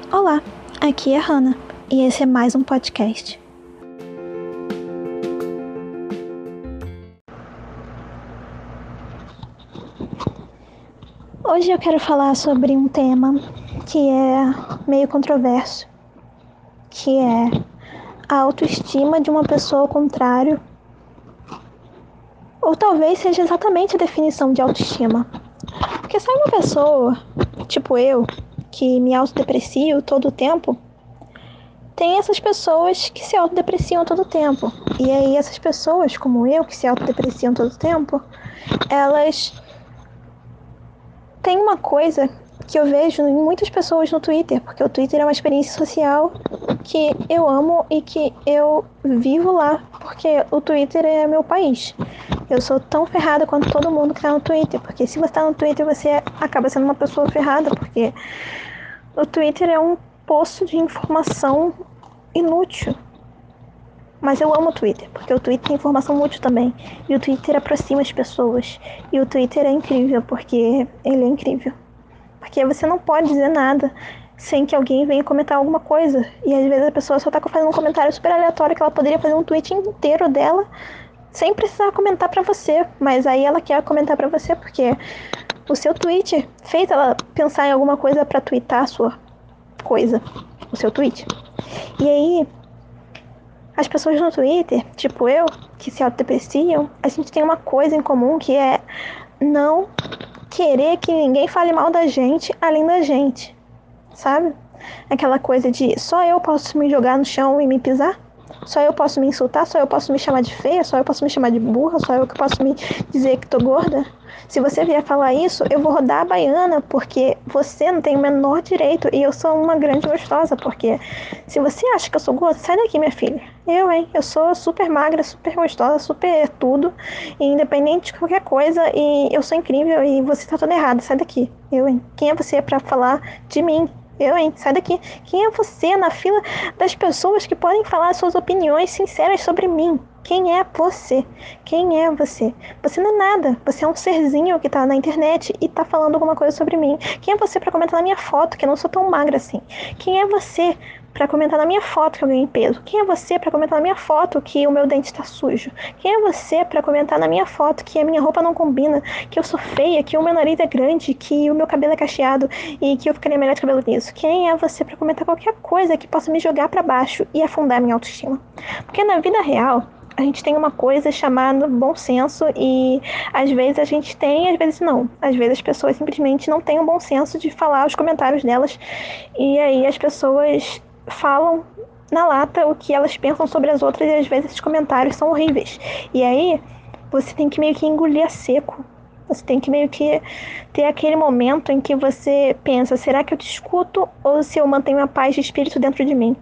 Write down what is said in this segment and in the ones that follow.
Olá, aqui é a Hannah e esse é mais um podcast. Hoje eu quero falar sobre um tema que é meio controverso, que é a autoestima de uma pessoa ao contrário, ou talvez seja exatamente a definição de autoestima. Porque se é uma pessoa, tipo eu, que me autodeprecio todo o tempo, tem essas pessoas que se autodepreciam todo o tempo. E aí essas pessoas, como eu, que se autodepreciam todo o tempo, elas têm uma coisa que eu vejo em muitas pessoas no Twitter, porque o Twitter é uma experiência social que eu amo e que eu vivo lá, porque o Twitter é meu país. Eu sou tão ferrada quanto todo mundo que tá no Twitter, porque se você tá no Twitter, você acaba sendo uma pessoa ferrada, porque o Twitter é um poço de informação inútil. Mas eu amo o Twitter, porque o Twitter tem informação útil também. E o Twitter aproxima as pessoas. E o Twitter é incrível, porque ele é incrível. Porque você não pode dizer nada sem que alguém venha comentar alguma coisa. E às vezes a pessoa só tá fazendo um comentário super aleatório que ela poderia fazer um tweet inteiro dela sem precisar comentar pra você. Mas aí ela quer comentar pra você porque o seu tweet fez ela pensar em alguma coisa pra twittar a sua coisa. O seu tweet. E aí as pessoas no Twitter, tipo eu, que se autodepreciam, a gente tem uma coisa em comum que é não querer que ninguém fale mal da gente além da gente, sabe? Aquela coisa de só eu posso me jogar no chão e me pisar? Só eu posso me insultar? Só eu posso me chamar de feia? Só eu posso me chamar de burra? Só eu que posso me dizer que tô gorda? Se você vier falar isso, eu vou rodar a baiana, porque você não tem o menor direito e eu sou uma grande gostosa, porque se você acha que eu sou gorda, sai daqui, minha filha. Eu sou super magra, super gostosa, super tudo, e independente de qualquer coisa, e eu sou incrível e você tá toda errada, sai daqui. Quem é você pra falar de mim? Sai daqui. Quem é você na fila das pessoas que podem falar suas opiniões sinceras sobre mim? Quem é você? Quem é você? Você não é nada. Você é um serzinho que tá na internet e tá falando alguma coisa sobre mim. Quem é você pra comentar na minha foto, que eu não sou tão magra assim? Quem é você pra comentar na minha foto que eu ganhei peso? Quem é você pra comentar na minha foto que o meu dente tá sujo? Quem é você pra comentar na minha foto que a minha roupa não combina, que eu sou feia, que o meu nariz é grande, que o meu cabelo é cacheado e que eu ficaria melhor de cabelo liso? Quem é você pra comentar qualquer coisa que possa me jogar pra baixo e afundar minha autoestima? Porque na vida real, a gente tem uma coisa chamada bom senso e às vezes a gente tem, às vezes não. Às vezes as pessoas simplesmente não têm o bom senso de falar os comentários delas e aí as pessoas falam na lata o que elas pensam sobre as outras e às vezes esses comentários são horríveis. E aí você tem que meio que engolir a seco. Você tem que meio que ter aquele momento em que você pensa, será que eu te escuto ou se eu mantenho a paz de espírito dentro de mim?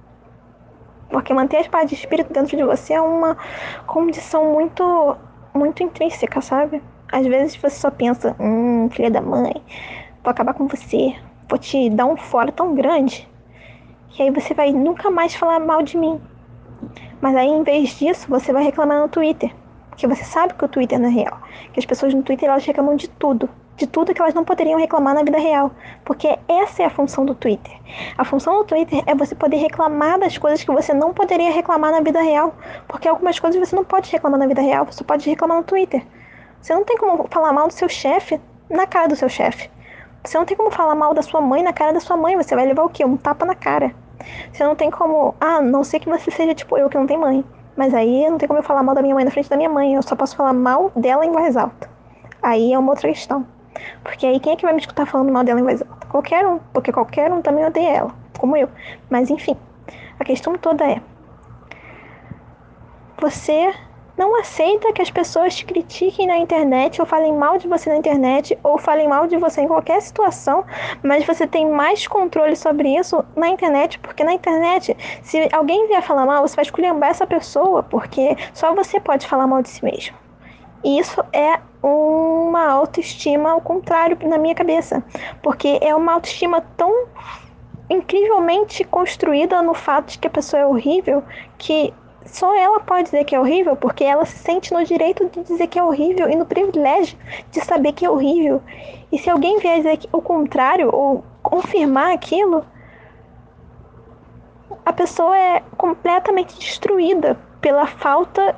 Porque manter a paz de espírito dentro de você é uma condição muito, muito intrínseca, sabe? Às vezes você só pensa, filha da mãe, vou acabar com você, vou te dar um fora tão grande, que aí você vai nunca mais falar mal de mim. Mas aí, em vez disso, você vai reclamar no Twitter. Porque você sabe que o Twitter não é real. Que as pessoas no Twitter, elas reclamam de tudo. De tudo que elas não poderiam reclamar na vida real. Porque essa é a função do Twitter. A função do Twitter é você poder reclamar das coisas que você não poderia reclamar na vida real. Porque algumas coisas você não pode reclamar na vida real, você pode reclamar no Twitter. Você não tem como falar mal do seu chefe na cara do seu chefe. Você não tem como falar mal da sua mãe na cara da sua mãe. Você vai levar o quê? Um tapa na cara. Você não tem como... não sei que você seja tipo eu, que não tem mãe. Mas aí não tem como eu falar mal da minha mãe na frente da minha mãe. Eu só posso falar mal dela em voz alta. Aí é uma outra questão. Porque aí quem é que vai me escutar falando mal dela em voz alta? Qualquer um. Porque qualquer um também odeia ela. Como eu. Mas enfim. A questão toda é... Você não aceita que as pessoas te critiquem na internet ou falem mal de você na internet ou falem mal de você em qualquer situação, mas você tem mais controle sobre isso na internet, porque na internet, se alguém vier falar mal, você vai esculhambar essa pessoa, porque só você pode falar mal de si mesmo. E isso é uma autoestima ao contrário na minha cabeça, porque é uma autoestima tão incrivelmente construída no fato de que a pessoa é horrível, que só ela pode dizer que é horrível, porque ela se sente no direito de dizer que é horrível e no privilégio de saber que é horrível. E se alguém vier dizer o contrário ou confirmar aquilo, a pessoa é completamente destruída pela falta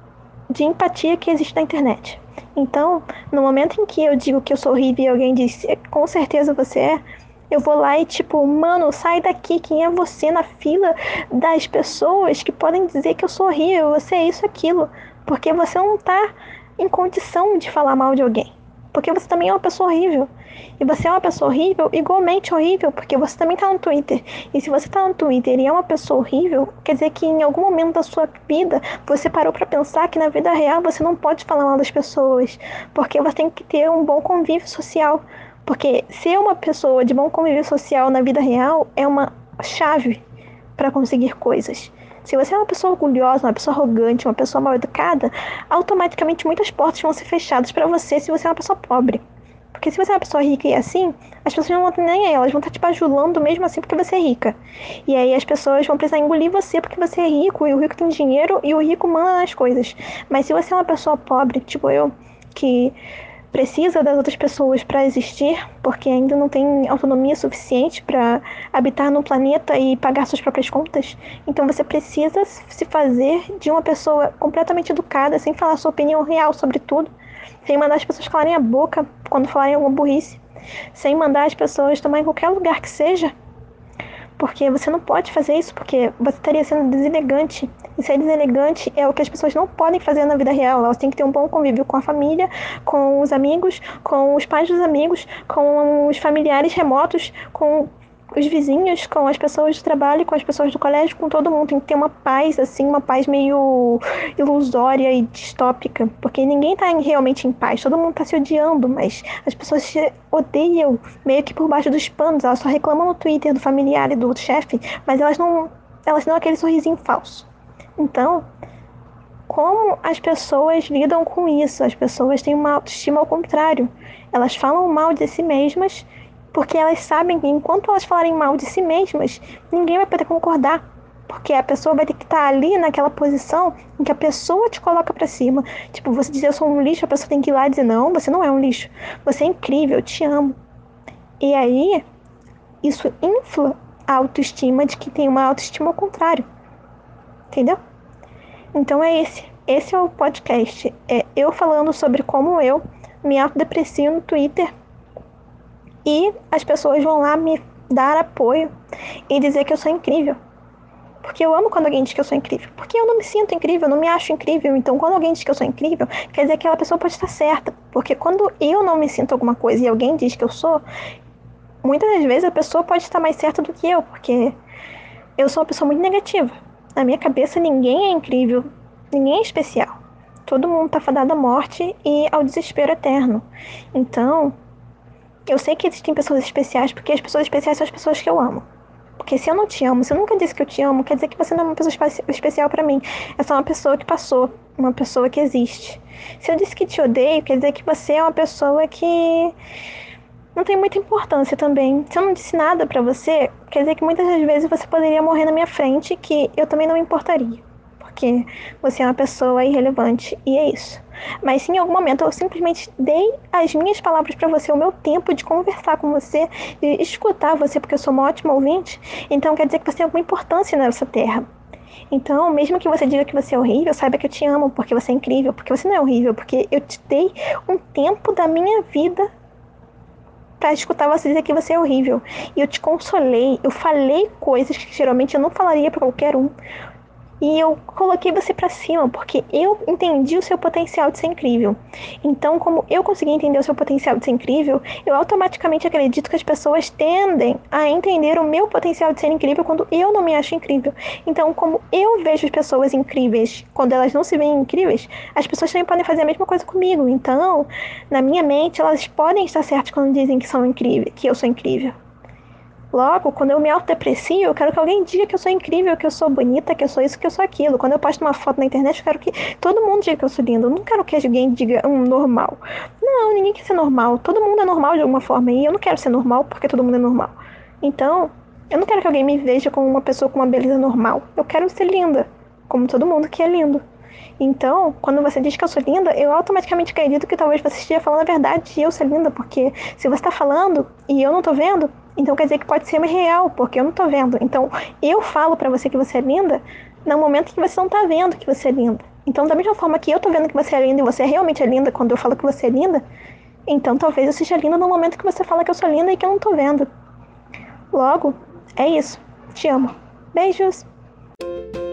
de empatia que existe na internet. Então, no momento em que eu digo que eu sou horrível e alguém diz, com certeza você é, eu vou lá e tipo, mano, sai daqui, quem é você na fila das pessoas que podem dizer que eu sou horrível, você é isso, aquilo, porque você não tá em condição de falar mal de alguém, porque você também é uma pessoa horrível. E você é uma pessoa horrível, igualmente horrível, porque você também tá no Twitter. E se você tá no Twitter e é uma pessoa horrível, quer dizer que em algum momento da sua vida você parou pra pensar que na vida real você não pode falar mal das pessoas, porque você tem que ter um bom convívio social. Porque ser uma pessoa de bom convívio social na vida real é uma chave para conseguir coisas. Se você é uma pessoa orgulhosa, uma pessoa arrogante, uma pessoa mal educada, automaticamente muitas portas vão ser fechadas para você se você é uma pessoa pobre. Porque se você é uma pessoa rica e assim, as pessoas não vão ter nem aí, elas vão estar te bajulando mesmo assim porque você é rica. E aí as pessoas vão precisar engolir você porque você é rico, e o rico tem dinheiro, e o rico manda nas coisas. Mas se você é uma pessoa pobre, tipo eu, que precisa das outras pessoas para existir, porque ainda não tem autonomia suficiente para habitar no planeta e pagar suas próprias contas, então você precisa se fazer de uma pessoa completamente educada, sem falar sua opinião real sobre tudo, sem mandar as pessoas calarem a boca quando falarem alguma burrice, sem mandar as pessoas tomar em qualquer lugar que seja, porque você não pode fazer isso, porque você estaria sendo deselegante. E ser deselegante é o que as pessoas não podem fazer na vida real. Elas têm que ter um bom convívio com a família, com os amigos, com os pais dos amigos, com os familiares remotos, com os vizinhos, com as pessoas do trabalho, com as pessoas do colégio, com todo mundo. Tem que ter uma paz, assim, uma paz meio ilusória e distópica, porque ninguém tá realmente em paz, todo mundo tá se odiando, mas as pessoas se odeiam meio que por baixo dos panos, elas só reclamam no Twitter do familiar e do chefe, mas elas dão aquele sorrisinho falso. Então, como as pessoas lidam com isso? As pessoas têm uma autoestima ao contrário. Elas falam mal de si mesmas porque elas sabem que enquanto elas falarem mal de si mesmas, ninguém vai poder concordar. Porque a pessoa vai ter que estar ali naquela posição em que a pessoa te coloca pra cima. Tipo, você dizer eu sou um lixo, a pessoa tem que ir lá e dizer não, você não é um lixo. Você é incrível, eu te amo. E aí, isso infla a autoestima de quem tem uma autoestima ao contrário. Entendeu? Então esse é o podcast. É eu falando sobre como eu me autodeprecio no Twitter e as pessoas vão lá me dar apoio e dizer que eu sou incrível. Porque eu amo quando alguém diz que eu sou incrível. Porque eu não me sinto incrível, eu não me acho incrível. Então, quando alguém diz que eu sou incrível, quer dizer que aquela pessoa pode estar certa. Porque quando eu não me sinto alguma coisa e alguém diz que eu sou, muitas das vezes a pessoa pode estar mais certa do que eu. Porque eu sou uma pessoa muito negativa. Na minha cabeça, ninguém é incrível, ninguém é especial. Todo mundo tá fadado à morte e ao desespero eterno. Então, eu sei que existem pessoas especiais, porque as pessoas especiais são as pessoas que eu amo. Porque se eu não te amo, se eu nunca disse que eu te amo, quer dizer que você não é uma pessoa especial pra mim. É só uma pessoa que passou, uma pessoa que existe. Se eu disse que te odeio, quer dizer que você é uma pessoa que não tem muita importância também. Se eu não disse nada pra você, quer dizer que muitas das vezes você poderia morrer na minha frente, que eu também não me importaria. Porque você é uma pessoa irrelevante e é isso. Mas se em algum momento eu simplesmente dei as minhas palavras pra você, o meu tempo de conversar com você, de escutar você, porque eu sou uma ótima ouvinte, então quer dizer que você tem alguma importância nessa terra. Então, mesmo que você diga que você é horrível, saiba que eu te amo, porque você é incrível, porque você não é horrível, porque eu te dei um tempo da minha vida pra escutar você dizer que você é horrível. E eu te consolei, eu falei coisas que geralmente eu não falaria pra qualquer um. E eu coloquei você pra cima, porque eu entendi o seu potencial de ser incrível. Então, como eu consegui entender o seu potencial de ser incrível, eu automaticamente acredito que as pessoas tendem a entender o meu potencial de ser incrível quando eu não me acho incrível. Então, como eu vejo as pessoas incríveis quando elas não se veem incríveis, as pessoas também podem fazer a mesma coisa comigo. Então, na minha mente, elas podem estar certas quando dizem que são incríveis, que eu sou incrível. Logo, quando eu me autodeprecio, eu quero que alguém diga que eu sou incrível, que eu sou bonita, que eu sou isso, que eu sou aquilo. Quando eu posto uma foto na internet, eu quero que todo mundo diga que eu sou linda. Eu não quero que alguém diga normal. Não, ninguém quer ser normal. Todo mundo é normal de alguma forma. E eu não quero ser normal porque todo mundo é normal. Então, eu não quero que alguém me veja como uma pessoa com uma beleza normal. Eu quero ser linda, como todo mundo que é lindo. Então, quando você diz que eu sou linda, eu automaticamente acredito que talvez você esteja falando a verdade e eu ser linda, porque se você está falando e eu não tô vendo, Então quer dizer que pode ser real, porque eu não tô vendo. Então eu falo pra você que você é linda no momento que você não tá vendo que você é linda. Então da mesma forma que eu tô vendo que você é linda e você realmente é linda quando eu falo que você é linda, então talvez eu seja linda no momento que você fala que eu sou linda e que eu não tô vendo. Logo, é isso. Te amo. Beijos!